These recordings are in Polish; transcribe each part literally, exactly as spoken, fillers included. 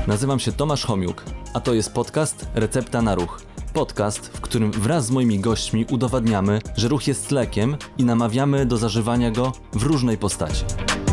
Nazywam się Tomasz Homiuk, a to jest podcast Recepta na ruch. Podcast, w którym wraz z moimi gośćmi udowadniamy, że ruch jest lekiem i namawiamy do zażywania go w różnej postaci.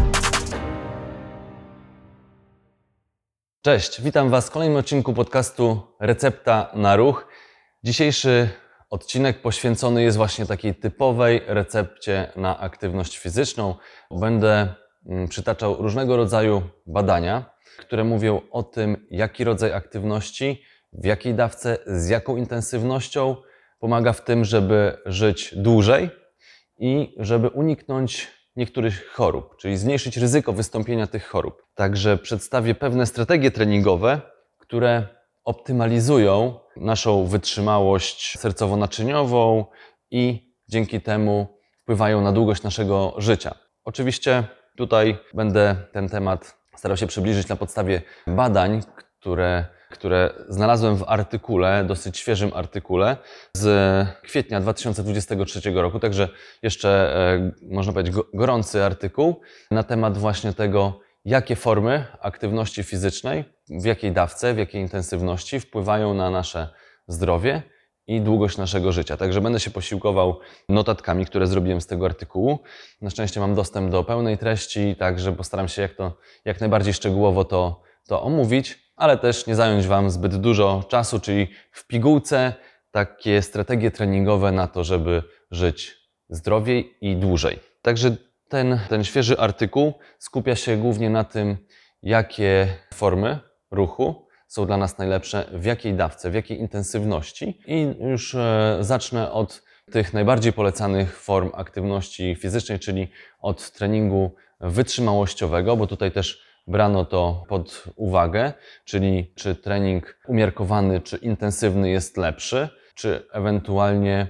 Cześć, witam Was w kolejnym odcinku podcastu Recepta na ruch. Dzisiejszy odcinek poświęcony jest właśnie takiej typowej recepcie na aktywność fizyczną. Będę przytaczał różnego rodzaju badania, które mówią o tym, jaki rodzaj aktywności, w jakiej dawce, z jaką intensywnością pomaga w tym, żeby żyć dłużej i żeby uniknąć niektórych chorób, czyli zmniejszyć ryzyko wystąpienia tych chorób. Także przedstawię pewne strategie treningowe, które optymalizują naszą wytrzymałość sercowo-naczyniową i dzięki temu wpływają na długość naszego życia. Oczywiście tutaj będę ten temat starał się przybliżyć na podstawie badań, które, które znalazłem w artykule, dosyć świeżym artykule z kwietnia dwa tysiące dwudziestego trzeciego roku, także jeszcze można powiedzieć gorący artykuł na temat właśnie tego, jakie formy aktywności fizycznej, w jakiej dawce, w jakiej intensywności wpływają na nasze zdrowie i długość naszego życia. Także będę się posiłkował notatkami, które zrobiłem z tego artykułu. Na szczęście mam dostęp do pełnej treści, także postaram się jak, to, jak najbardziej szczegółowo to, to omówić, ale też nie zająć Wam zbyt dużo czasu, czyli w pigułce takie strategie treningowe na to, żeby żyć zdrowiej i dłużej. Także ten, ten świeży artykuł skupia się głównie na tym, jakie formy ruchu są dla nas najlepsze, w jakiej dawce, w jakiej intensywności. I już e, zacznę od tych najbardziej polecanych form aktywności fizycznej, czyli od treningu wytrzymałościowego, bo tutaj też brano to pod uwagę, czyli czy trening umiarkowany, czy intensywny jest lepszy, czy ewentualnie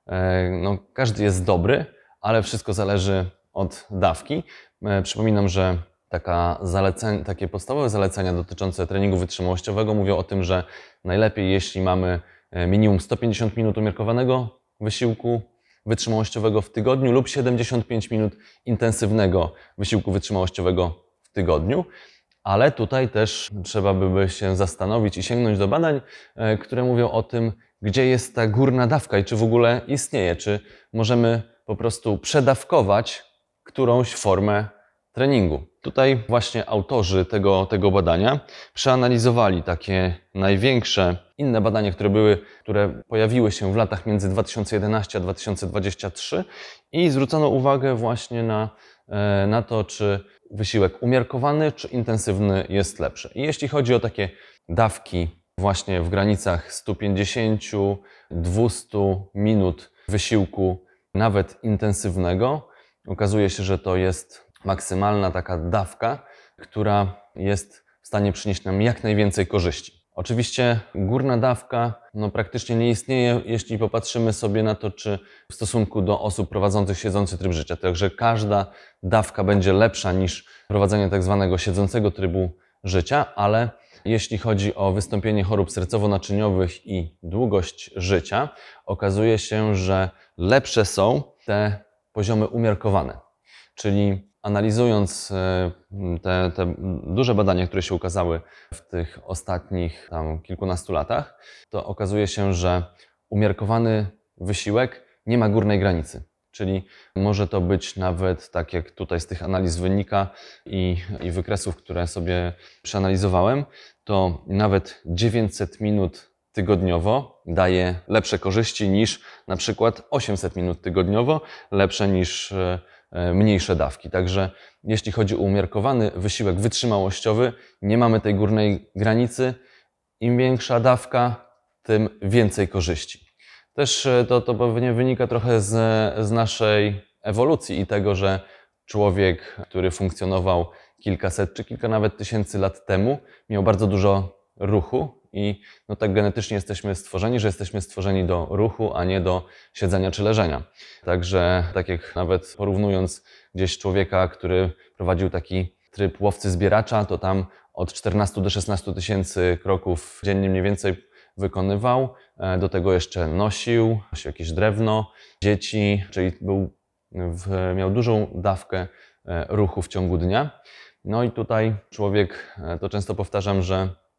e, no, każdy jest dobry, ale wszystko zależy od dawki. E, przypominam, że Taka zalecenia, takie podstawowe zalecenia dotyczące treningu wytrzymałościowego mówią o tym, że najlepiej jeśli mamy minimum sto pięćdziesiąt minut umiarkowanego wysiłku wytrzymałościowego w tygodniu lub siedemdziesiąt pięć minut intensywnego wysiłku wytrzymałościowego w tygodniu. Ale tutaj też trzeba by się zastanowić i sięgnąć do badań, które mówią o tym, gdzie jest ta górna dawka i czy w ogóle istnieje, czy możemy po prostu przedawkować którąś formę treningu. Tutaj właśnie autorzy tego, tego badania przeanalizowali takie największe inne badania, które były, które pojawiły się w latach między dwa tysiące jedenastym a dwa tysiące dwudziestym trzecim i zwrócono uwagę właśnie na, na to, czy wysiłek umiarkowany czy intensywny jest lepszy. I jeśli chodzi o takie dawki właśnie w granicach sto pięćdziesiąt do dwustu minut wysiłku nawet intensywnego, okazuje się, że to jest maksymalna taka dawka, która jest w stanie przynieść nam jak najwięcej korzyści. Oczywiście górna dawka no, praktycznie nie istnieje, jeśli popatrzymy sobie na to, czy w stosunku do osób prowadzących siedzący tryb życia. Także każda dawka będzie lepsza niż prowadzenie tak zwanego siedzącego trybu życia, ale jeśli chodzi o wystąpienie chorób sercowo-naczyniowych i długość życia, okazuje się, że lepsze są te poziomy umiarkowane. Czyli analizując te, te duże badania, które się ukazały w tych ostatnich tam kilkunastu latach, to okazuje się, że umiarkowany wysiłek nie ma górnej granicy. Czyli może to być nawet, tak jak tutaj z tych analiz wynika i, i wykresów, które sobie przeanalizowałem, to nawet dziewięćset minut tygodniowo daje lepsze korzyści niż na przykład osiemset minut tygodniowo, lepsze niż mniejsze dawki. Także jeśli chodzi o umiarkowany wysiłek wytrzymałościowy, nie mamy tej górnej granicy. Im większa dawka, tym więcej korzyści. Też to, to pewnie wynika trochę z, z naszej ewolucji i tego, że człowiek, który funkcjonował kilkaset czy kilka nawet tysięcy lat temu, miał bardzo dużo ruchu i no tak genetycznie jesteśmy stworzeni, że jesteśmy stworzeni do ruchu, a nie do siedzenia czy leżenia. Także tak jak nawet porównując gdzieś człowieka, który prowadził taki tryb łowcy-zbieracza, to tam od czternastu do szesnastu tysięcy kroków dziennie mniej więcej wykonywał. Do tego jeszcze nosił, nosił jakieś drewno, dzieci, czyli był, w, miał dużą dawkę ruchu w ciągu dnia. No i tutaj człowiek, to często powtarzam, że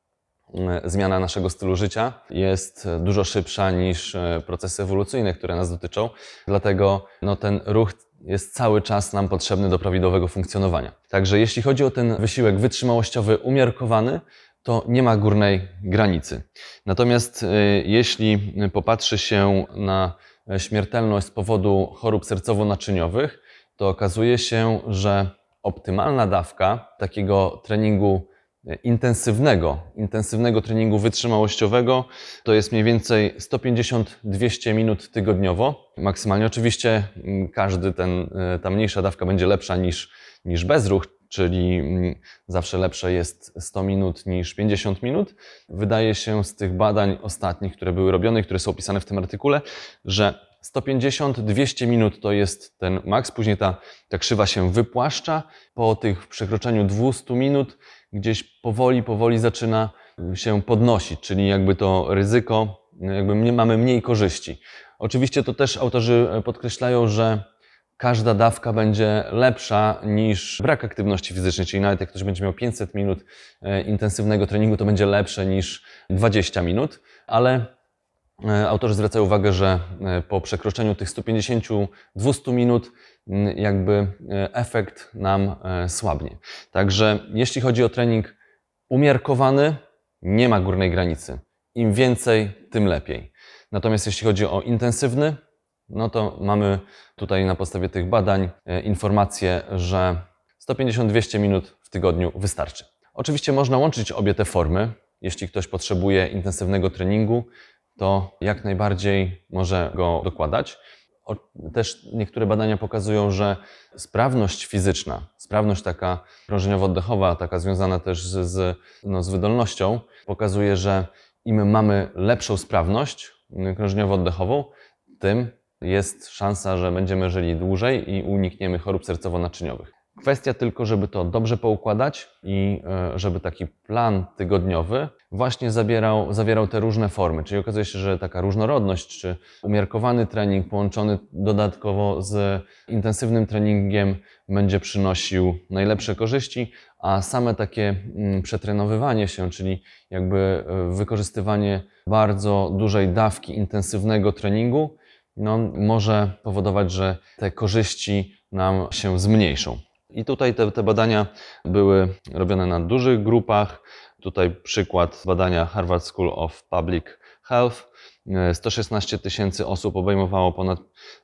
zmiana naszego stylu życia jest dużo szybsza niż procesy ewolucyjne, które nas dotyczą. Dlatego no, ten ruch jest cały czas nam potrzebny do prawidłowego funkcjonowania. Także jeśli chodzi o ten wysiłek wytrzymałościowy umiarkowany, to nie ma górnej granicy. Natomiast jeśli popatrzy się na śmiertelność z powodu chorób sercowo-naczyniowych, to okazuje się, że optymalna dawka takiego treningu intensywnego, intensywnego treningu wytrzymałościowego to jest mniej więcej sto pięćdziesiąt do dwustu minut tygodniowo. Maksymalnie oczywiście każdy ten, ta mniejsza dawka będzie lepsza niż, niż bezruch, czyli zawsze lepsze jest sto minut niż pięćdziesiąt minut. Wydaje się z tych badań ostatnich, które były robione i które są opisane w tym artykule, że sto pięćdziesiąt do dwustu minut to jest ten maks, później ta, ta krzywa się wypłaszcza. Po tych przekroczeniu dwustu minut gdzieś powoli, powoli zaczyna się podnosić, czyli jakby to ryzyko, jakby nie, mamy mniej korzyści. Oczywiście to też autorzy podkreślają, że każda dawka będzie lepsza niż brak aktywności fizycznej, czyli nawet jak ktoś będzie miał pięćset minut intensywnego treningu, to będzie lepsze niż dwadzieścia minut, ale autorzy zwracają uwagę, że po przekroczeniu tych stu pięćdziesięciu do dwustu minut jakby efekt nam słabnie. Także jeśli chodzi o trening umiarkowany, nie ma górnej granicy. Im więcej, tym lepiej. Natomiast jeśli chodzi o intensywny, no to mamy tutaj na podstawie tych badań informację, że sto pięćdziesiąt do dwustu minut w tygodniu wystarczy. Oczywiście można łączyć obie te formy. Jeśli ktoś potrzebuje intensywnego treningu, to jak najbardziej może go dokładać. Też niektóre badania pokazują, że sprawność fizyczna, sprawność taka krążeniowo-oddechowa, taka związana też z, z, no, z wydolnością, pokazuje, że im mamy lepszą sprawność krążeniowo-oddechową, tym jest szansa, że będziemy żyli dłużej i unikniemy chorób sercowo-naczyniowych. Kwestia tylko, żeby to dobrze poukładać i żeby taki plan tygodniowy właśnie zawierał, zawierał te różne formy. Czyli okazuje się, że taka różnorodność, czy umiarkowany trening połączony dodatkowo z intensywnym treningiem będzie przynosił najlepsze korzyści, a same takie przetrenowywanie się, czyli jakby wykorzystywanie bardzo dużej dawki intensywnego treningu, no, może powodować, że te korzyści nam się zmniejszą. I tutaj te, te badania były robione na dużych grupach. Tutaj przykład badania Harvard School of Public Health. sto szesnaście tysięcy osób obejmowało ponad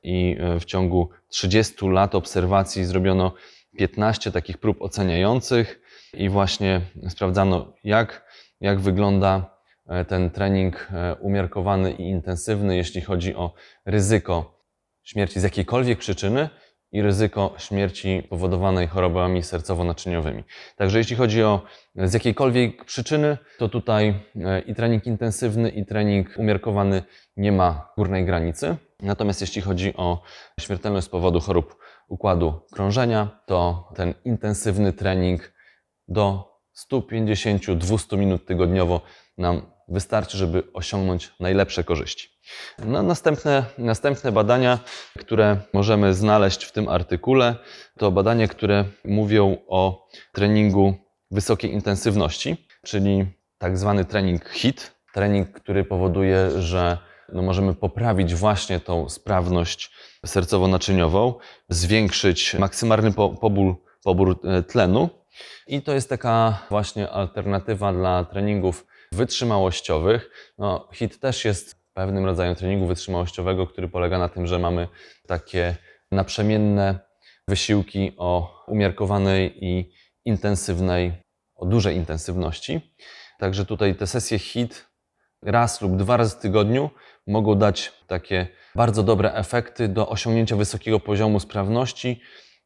i w ciągu trzydziestu lat obserwacji zrobiono piętnaście takich prób oceniających i właśnie sprawdzano, jak, jak wygląda ten trening umiarkowany i intensywny, jeśli chodzi o ryzyko śmierci z jakiejkolwiek przyczyny i ryzyko śmierci powodowanej chorobami sercowo-naczyniowymi. Także jeśli chodzi o z jakiejkolwiek przyczyny, to tutaj i trening intensywny, i trening umiarkowany nie ma górnej granicy. Natomiast jeśli chodzi o śmiertelność z powodu chorób układu krążenia, to ten intensywny trening do stu pięćdziesięciu do dwustu minut tygodniowo nam wystarczy, żeby osiągnąć najlepsze korzyści. No, następne, następne badania, które możemy znaleźć w tym artykule, to badania, które mówią o treningu wysokiej intensywności, czyli tak zwany trening H I I T. Trening, który powoduje, że no, możemy poprawić właśnie tą sprawność sercowo-naczyniową, zwiększyć maksymalny po, pobór, pobór tlenu. I to jest taka właśnie alternatywa dla treningów wytrzymałościowych. No, H I I T też jest pewnym rodzajem treningu wytrzymałościowego, który polega na tym, że mamy takie naprzemienne wysiłki o umiarkowanej i intensywnej, o dużej intensywności. Także tutaj te sesje H I I T raz lub dwa razy w tygodniu mogą dać takie bardzo dobre efekty do osiągnięcia wysokiego poziomu sprawności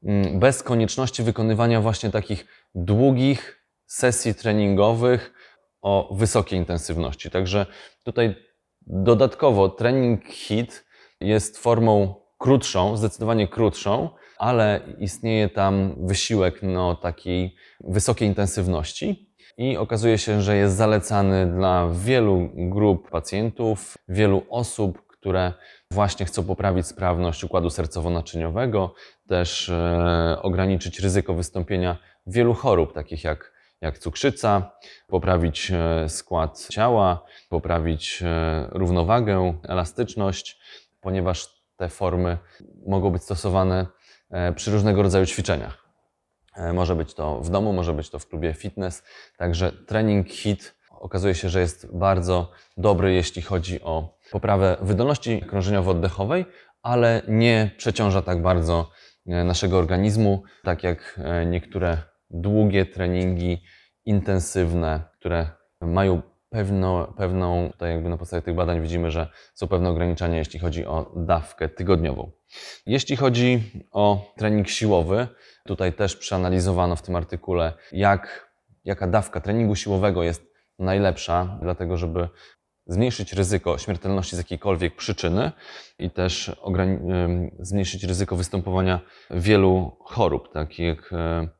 bez konieczności wykonywania właśnie takich długich sesji treningowych o wysokiej intensywności. Także tutaj dodatkowo trening H I I T jest formą krótszą, zdecydowanie krótszą, ale istnieje tam wysiłek no, takiej wysokiej intensywności i okazuje się, że jest zalecany dla wielu grup pacjentów, wielu osób, które właśnie chcą poprawić sprawność układu sercowo-naczyniowego, też e, ograniczyć ryzyko wystąpienia wielu chorób, takich jak, jak cukrzyca, poprawić skład ciała, poprawić równowagę, elastyczność, ponieważ te formy mogą być stosowane przy różnego rodzaju ćwiczeniach. Może być to w domu, może być to w klubie fitness, także trening H I I T okazuje się, że jest bardzo dobry, jeśli chodzi o poprawę wydolności krążeniowo-oddechowej, ale nie przeciąża tak bardzo naszego organizmu, tak jak niektóre długie treningi intensywne, które mają pewną, pewną tutaj jakby na podstawie tych badań widzimy, że są pewne ograniczenia, jeśli chodzi o dawkę tygodniową. Jeśli chodzi o trening siłowy, tutaj też przeanalizowano w tym artykule, jak, jaka dawka treningu siłowego jest najlepsza, dlatego żeby zmniejszyć ryzyko śmiertelności z jakiejkolwiek przyczyny i też zmniejszyć ryzyko występowania wielu chorób, takich jak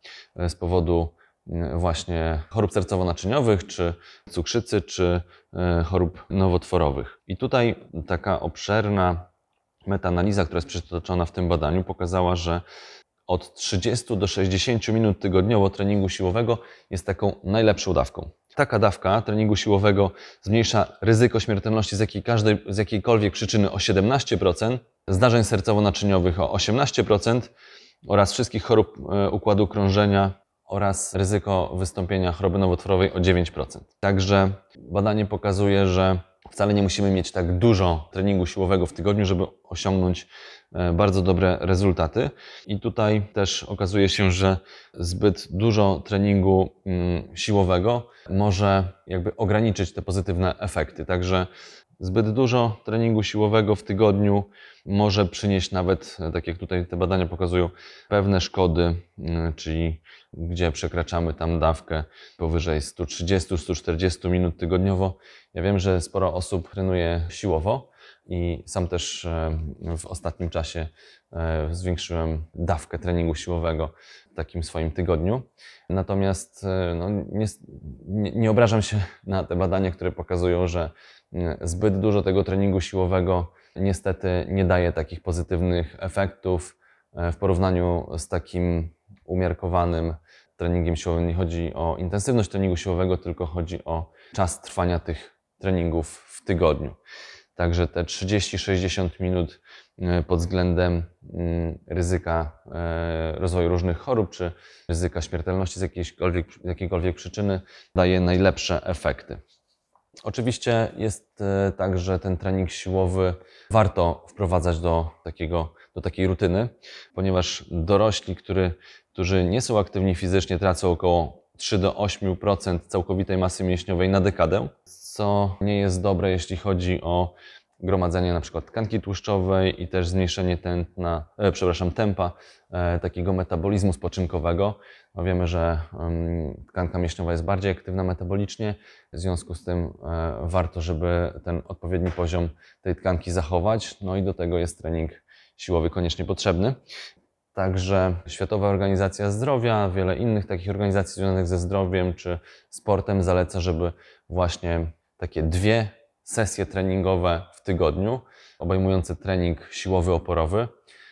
z powodu właśnie chorób sercowo-naczyniowych, czy cukrzycy, czy chorób nowotworowych. I tutaj taka obszerna metaanaliza, która jest przytoczona w tym badaniu, pokazała, że od trzydziestu do sześćdziesięciu minut tygodniowo treningu siłowego jest taką najlepszą dawką. Taka dawka treningu siłowego zmniejsza ryzyko śmiertelności z, jakiej, każdej, z jakiejkolwiek przyczyny o siedemnaście procent, zdarzeń sercowo-naczyniowych o osiemnaście procent oraz wszystkich chorób układu krążenia oraz ryzyko wystąpienia choroby nowotworowej o dziewięć procent. Także badanie pokazuje, że wcale nie musimy mieć tak dużo treningu siłowego w tygodniu, żeby osiągnąć bardzo dobre rezultaty. I tutaj też okazuje się, że zbyt dużo treningu siłowego może jakby ograniczyć te pozytywne efekty. Także zbyt dużo treningu siłowego w tygodniu może przynieść nawet, tak jak tutaj te badania pokazują, pewne szkody, czyli gdzie przekraczamy tam dawkę powyżej stu trzydziestu do stu czterdziestu minut tygodniowo. Ja wiem, że sporo osób trenuje siłowo i sam też w ostatnim czasie zwiększyłem dawkę treningu siłowego w takim swoim tygodniu. Natomiast no, nie, nie obrażam się na te badania, które pokazują, że zbyt dużo tego treningu siłowego niestety nie daje takich pozytywnych efektów w porównaniu z takim umiarkowanym treningiem siłowym. Nie chodzi o intensywność treningu siłowego, tylko chodzi o czas trwania tych treningów w tygodniu. Także te trzydzieści do sześćdziesięciu minut pod względem ryzyka rozwoju różnych chorób czy ryzyka śmiertelności z jakiejkolwiek, z jakiejkolwiek przyczyny daje najlepsze efekty. Oczywiście jest tak, że ten trening siłowy warto wprowadzać do, takiego, do takiej rutyny, ponieważ dorośli, który, którzy nie są aktywni fizycznie, tracą około trzy do ośmiu procent całkowitej masy mięśniowej na dekadę, co nie jest dobre, jeśli chodzi o gromadzenie na przykład tkanki tłuszczowej i też zmniejszenie tętna, e, przepraszam, tempa e, takiego metabolizmu spoczynkowego. No wiemy, że um, tkanka mięśniowa jest bardziej aktywna metabolicznie, w związku z tym e, warto, żeby ten odpowiedni poziom tej tkanki zachować, no i do tego jest trening siłowy koniecznie potrzebny. Także Światowa Organizacja Zdrowia, wiele innych takich organizacji związanych ze zdrowiem czy sportem zaleca, żeby właśnie takie dwie sesje treningowe w tygodniu, obejmujące trening siłowy, oporowy.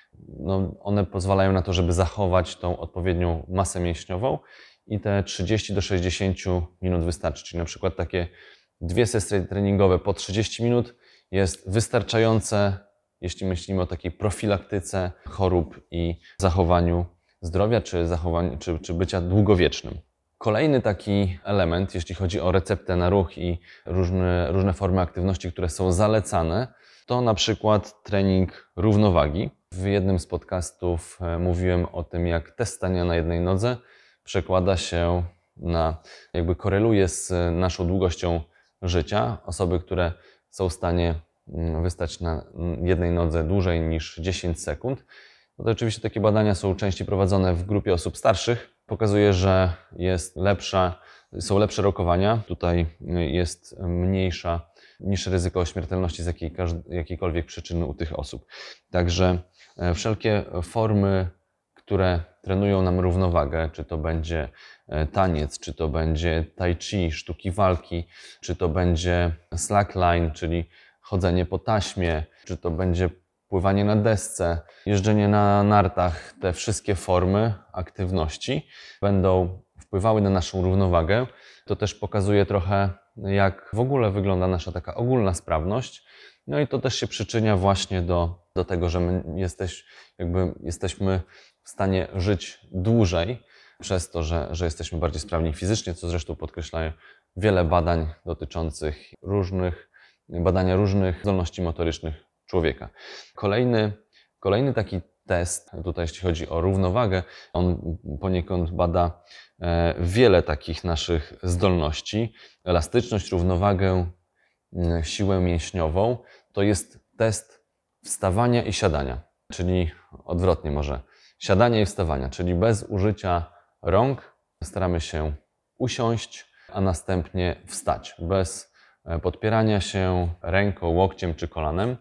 No, one pozwalają na to, żeby zachować tą odpowiednią masę mięśniową i te trzydzieści do sześćdziesięciu minut wystarczy. Czyli na przykład takie dwie sesje treningowe po trzydzieści minut jest wystarczające, jeśli myślimy o takiej profilaktyce chorób i zachowaniu zdrowia czy, zachowaniu, czy, czy bycia długowiecznym. Kolejny taki element, jeśli chodzi o receptę na ruch i różne, różne formy aktywności, które są zalecane, to na przykład trening równowagi. W jednym z podcastów mówiłem o tym, jak test stania na jednej nodze przekłada się na, jakby koreluje z naszą długością życia. Osoby, które są w stanie wystać na jednej nodze dłużej niż dziesięć sekund. No to oczywiście takie badania są częściej prowadzone w grupie osób starszych. Pokazuje, że jest lepsza, są lepsze rokowania. Tutaj jest mniejsza, niższe ryzyko śmiertelności z jakiej, jakiejkolwiek przyczyny u tych osób. Także wszelkie formy, które trenują nam równowagę, czy to będzie taniec, czy to będzie tai chi, sztuki walki, czy to będzie slackline, czyli chodzenie po taśmie, czy to będzie pływanie na desce, jeżdżenie na nartach, te wszystkie formy aktywności będą w wpływały na naszą równowagę. To też pokazuje trochę, jak w ogóle wygląda nasza taka ogólna sprawność. No i to też się przyczynia właśnie do, do tego, że my jesteś, jakby jesteśmy w stanie żyć dłużej przez to, że, że jesteśmy bardziej sprawni fizycznie, co zresztą podkreślają wiele badań dotyczących różnych, badania różnych zdolności motorycznych człowieka. Kolejny, kolejny taki test, tutaj jeśli chodzi o równowagę, on poniekąd bada e, wiele takich naszych zdolności. Elastyczność, równowagę, e, siłę mięśniową. To jest test wstawania i siadania, czyli odwrotnie może. Siadania i wstawania, czyli bez użycia rąk staramy się usiąść, a następnie wstać, bez podpierania się ręką, łokciem czy kolanem.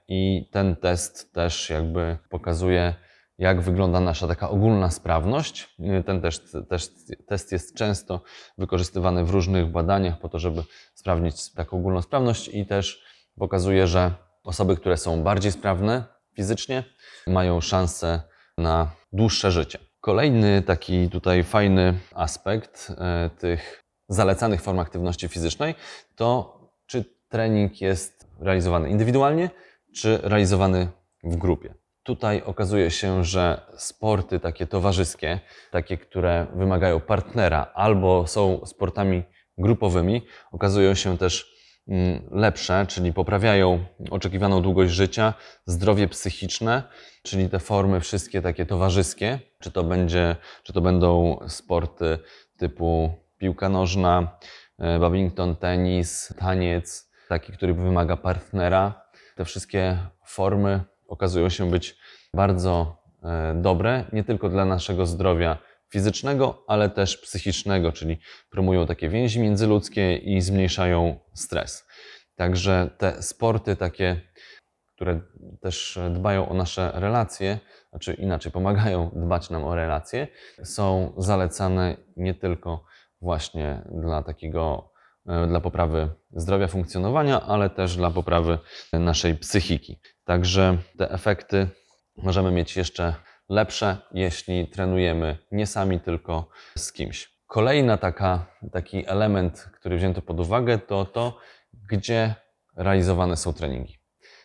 I ten test też jakby pokazuje, jak wygląda nasza taka ogólna sprawność. Ten też, też test jest często wykorzystywany w różnych badaniach po to, żeby sprawdzić taką ogólną sprawność i też pokazuje, że osoby, które są bardziej sprawne fizycznie, mają szansę na dłuższe życie. Kolejny taki tutaj fajny aspekt e, tych zalecanych form aktywności fizycznej to, czy trening jest realizowany indywidualnie, czy realizowany w grupie. Tutaj okazuje się, że sporty takie towarzyskie, takie, które wymagają partnera albo są sportami grupowymi, okazują się też lepsze, czyli poprawiają oczekiwaną długość życia, zdrowie psychiczne, czyli te formy wszystkie takie towarzyskie, czy to będzie, czy to będą sporty typu piłka nożna, badminton, tenis, taniec, taki, który wymaga partnera. Te wszystkie formy okazują się być bardzo dobre, nie tylko dla naszego zdrowia fizycznego, ale też psychicznego, czyli promują takie więzi międzyludzkie i zmniejszają stres. Także te sporty takie, które też dbają o nasze relacje, znaczy inaczej pomagają dbać nam o relacje, są zalecane nie tylko właśnie dla takiego, dla poprawy zdrowia, funkcjonowania, ale też dla poprawy naszej psychiki. Także te efekty możemy mieć jeszcze lepsze, jeśli trenujemy nie sami, tylko z kimś. Kolejna taka, taki element, który wzięto pod uwagę, to to, gdzie realizowane są treningi.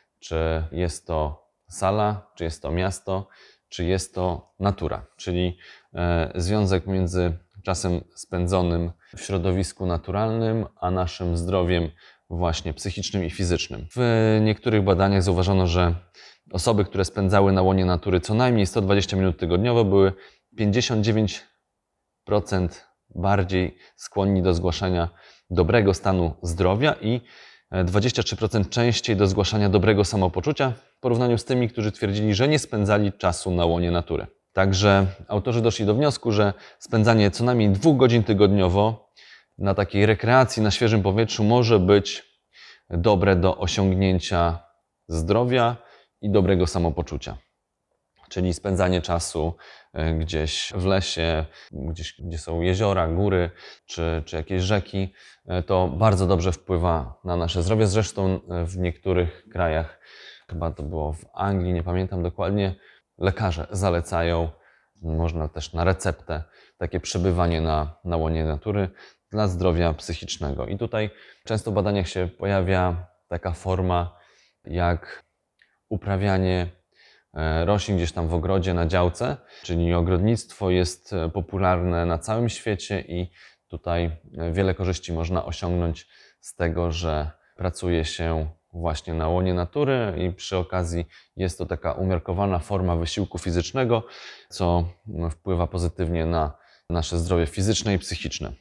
Czy jest to sala, czy jest to miasto, czy jest to natura, czyli e, związek między czasem spędzonym w środowisku naturalnym, a naszym zdrowiem właśnie psychicznym i fizycznym. W niektórych badaniach zauważono, że osoby, które spędzały na łonie natury co najmniej sto dwadzieścia minut tygodniowo, były pięćdziesiąt dziewięć procent bardziej skłonni do zgłaszania dobrego stanu zdrowia i dwadzieścia trzy procent częściej do zgłaszania dobrego samopoczucia w porównaniu z tymi, którzy twierdzili, że nie spędzali czasu na łonie natury. Także autorzy doszli do wniosku, że spędzanie co najmniej dwóch godzin tygodniowo na takiej rekreacji na świeżym powietrzu może być dobre do osiągnięcia zdrowia i dobrego samopoczucia. Czyli spędzanie czasu gdzieś w lesie, gdzieś, gdzie są jeziora, góry czy, czy jakieś rzeki, to bardzo dobrze wpływa na nasze zdrowie. Zresztą w niektórych krajach, chyba to było w Anglii, nie pamiętam dokładnie, lekarze zalecają, można też na receptę, takie przebywanie na, na łonie natury dla zdrowia psychicznego. I tutaj często w badaniach się pojawia taka forma jak uprawianie roślin gdzieś tam w ogrodzie, na działce, czyli ogrodnictwo jest popularne na całym świecie i tutaj wiele korzyści można osiągnąć z tego, że pracuje się właśnie na łonie natury i przy okazji jest to taka umiarkowana forma wysiłku fizycznego, co wpływa pozytywnie na nasze zdrowie fizyczne i psychiczne.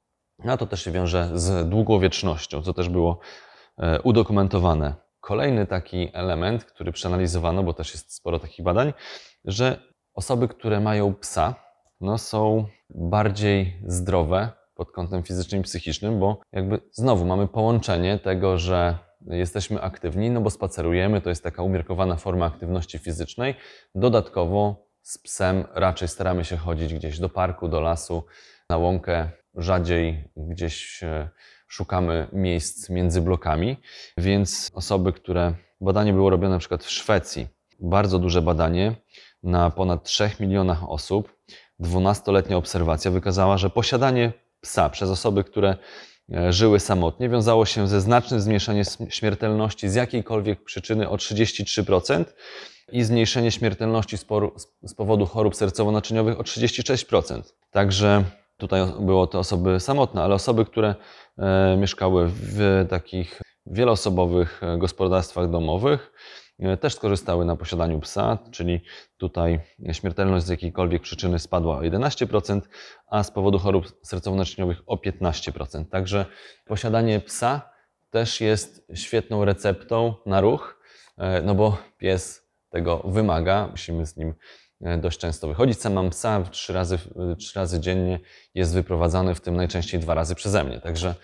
A to też się wiąże z długowiecznością, co też było udokumentowane. Kolejny taki element, który przeanalizowano, bo też jest sporo takich badań, że osoby, które mają psa, no są bardziej zdrowe pod kątem fizycznym i psychicznym, bo jakby znowu mamy połączenie tego, że jesteśmy aktywni, no bo spacerujemy, to jest taka umiarkowana forma aktywności fizycznej. Dodatkowo z psem raczej staramy się chodzić gdzieś do parku, do lasu, na łąkę, rzadziej gdzieś szukamy miejsc między blokami, więc osoby, które... Badanie było robione na przykład w Szwecji, bardzo duże badanie na ponad trzech milionach osób. dwunastoletnia obserwacja wykazała, że posiadanie psa przez osoby, które żyły samotnie, wiązało się ze znacznym zmniejszeniem śmiertelności z jakiejkolwiek przyczyny o trzydzieści trzy procent i zmniejszenie śmiertelności z powodu chorób sercowo-naczyniowych o trzydzieści sześć procent. Także tutaj było to osoby samotne, ale osoby, które e, mieszkały w takich wieloosobowych gospodarstwach domowych, e, też skorzystały na posiadaniu psa, czyli tutaj śmiertelność z jakiejkolwiek przyczyny spadła o jedenaście procent, a z powodu chorób sercowo-naczyniowych o piętnaście procent. Także posiadanie psa też jest świetną receptą na ruch, e, no bo pies tego wymaga, musimy z nim dość często wychodzić. Sam mam psa, trzy razy, trzy razy dziennie jest wyprowadzany, w tym najczęściej dwa razy przeze mnie. Także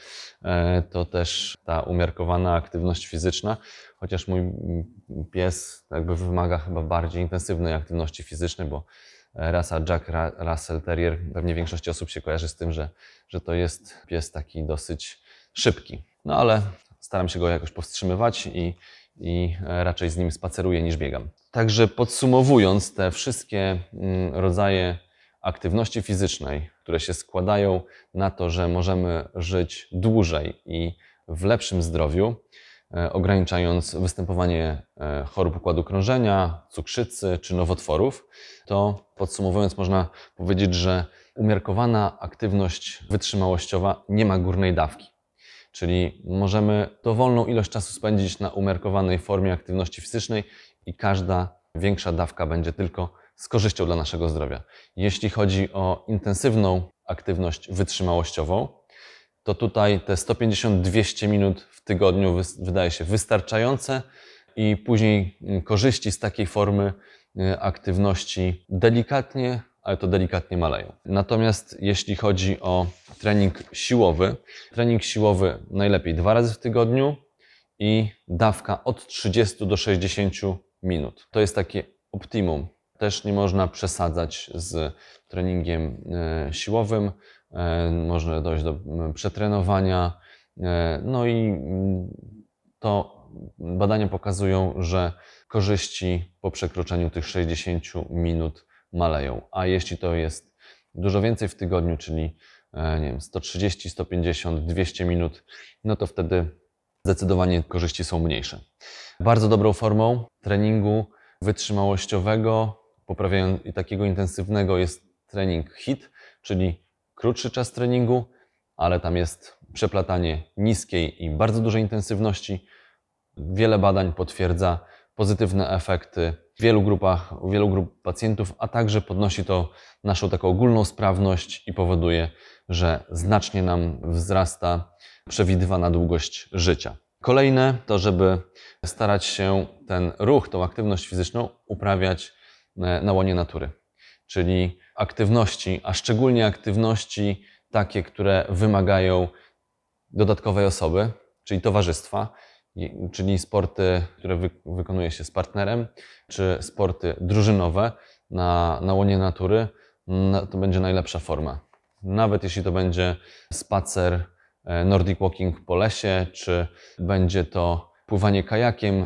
to też ta umiarkowana aktywność fizyczna, chociaż mój pies jakby wymaga chyba bardziej intensywnej aktywności fizycznej, bo rasa Jack Russell Terrier pewnie większości osób się kojarzy z tym, że, że to jest pies taki dosyć szybki. No ale staram się go jakoś powstrzymywać i i raczej z nim spaceruję niż biegam. Także podsumowując te wszystkie rodzaje aktywności fizycznej, które się składają na to, że możemy żyć dłużej i w lepszym zdrowiu, ograniczając występowanie chorób układu krążenia, cukrzycy czy nowotworów, to podsumowując można powiedzieć, że umiarkowana aktywność wytrzymałościowa nie ma górnej dawki. Czyli możemy dowolną ilość czasu spędzić na umiarkowanej formie aktywności fizycznej i każda większa dawka będzie tylko z korzyścią dla naszego zdrowia. Jeśli chodzi o intensywną aktywność wytrzymałościową, to tutaj te sto pięćdziesiąt do dwustu minut w tygodniu wydaje się wystarczające i później korzyści z takiej formy aktywności delikatnie, ale to delikatnie maleją. Natomiast jeśli chodzi o trening siłowy, trening siłowy najlepiej dwa razy w tygodniu i dawka od trzydziestu do sześćdziesięciu minut. To jest takie optimum. Też nie można przesadzać z treningiem siłowym, można dojść do przetrenowania. No i to badania pokazują, że korzyści po przekroczeniu tych sześćdziesięciu minut maleją. A jeśli to jest dużo więcej w tygodniu, czyli nie wiem, sto trzydzieści, sto pięćdziesiąt, dwieście minut, no to wtedy zdecydowanie korzyści są mniejsze. Bardzo dobrą formą treningu wytrzymałościowego, poprawiając i takiego intensywnego jest trening H I I T, czyli krótszy czas treningu, ale tam jest przeplatanie niskiej i bardzo dużej intensywności. Wiele badań potwierdza pozytywne efekty w wielu grupach, u wielu grup pacjentów, a także podnosi to naszą taką ogólną sprawność i powoduje, że znacznie nam wzrasta przewidywana długość życia. Kolejne to, żeby starać się ten ruch, tą aktywność fizyczną uprawiać na łonie natury, czyli aktywności, a szczególnie aktywności takie, które wymagają dodatkowej osoby, czyli towarzystwa, czyli sporty, które wy, wykonuje się z partnerem, czy sporty drużynowe na, na łonie natury, no, to będzie najlepsza forma. Nawet jeśli to będzie spacer Nordic Walking po lesie, czy będzie to pływanie kajakiem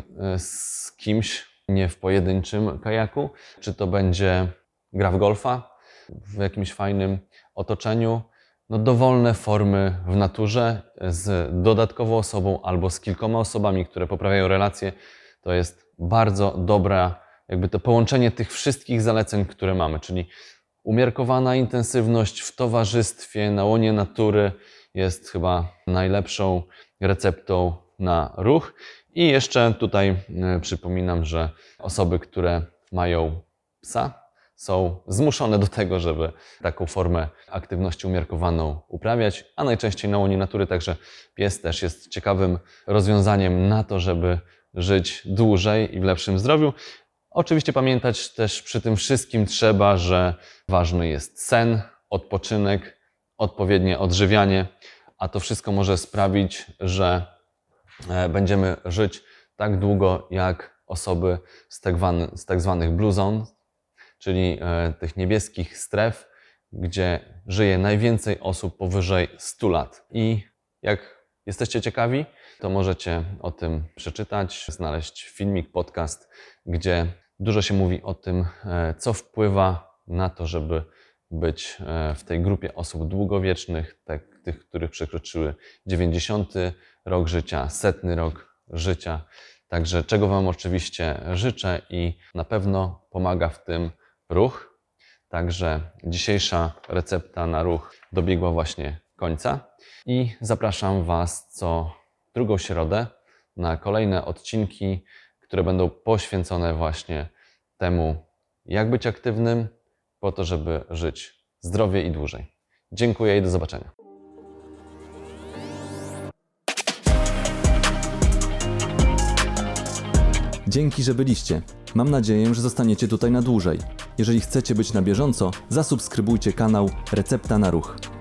z kimś, nie w pojedynczym kajaku, czy to będzie gra w golfa w jakimś fajnym otoczeniu. No, dowolne formy w naturze z dodatkową osobą albo z kilkoma osobami, które poprawiają relacje, to jest bardzo dobra, jakby to połączenie tych wszystkich zaleceń, które mamy, czyli umiarkowana intensywność w towarzystwie, na łonie natury jest chyba najlepszą receptą na ruch. I jeszcze tutaj przypominam, że osoby, które mają psa, są zmuszone do tego, żeby taką formę aktywności umiarkowaną uprawiać, a najczęściej na łonie natury, także pies też jest ciekawym rozwiązaniem na to, żeby żyć dłużej i w lepszym zdrowiu. Oczywiście pamiętać też przy tym wszystkim trzeba, że ważny jest sen, odpoczynek, odpowiednie odżywianie, a to wszystko może sprawić, że będziemy żyć tak długo jak osoby z tak, z tak zwanych blue zone, czyli tych niebieskich stref, gdzie żyje najwięcej osób powyżej stu lat. I jak jesteście ciekawi, to możecie o tym przeczytać, znaleźć filmik, podcast, gdzie dużo się mówi o tym, co wpływa na to, żeby być e, w tej grupie osób długowiecznych, tak, tych, których przekroczyły dziewięćdziesiąty rok życia, setny rok życia. Także czego Wam oczywiście życzę i na pewno pomaga w tym ruch. Także dzisiejsza recepta na ruch dobiegła właśnie końca i zapraszam Was co drugą środę na kolejne odcinki, które będą poświęcone właśnie temu, jak być aktywnym, po to, żeby żyć zdrowie i dłużej. Dziękuję i do zobaczenia. Dzięki, że byliście. Mam nadzieję, że zostaniecie tutaj na dłużej. Jeżeli chcecie być na bieżąco, zasubskrybujcie kanał Recepta na Ruch.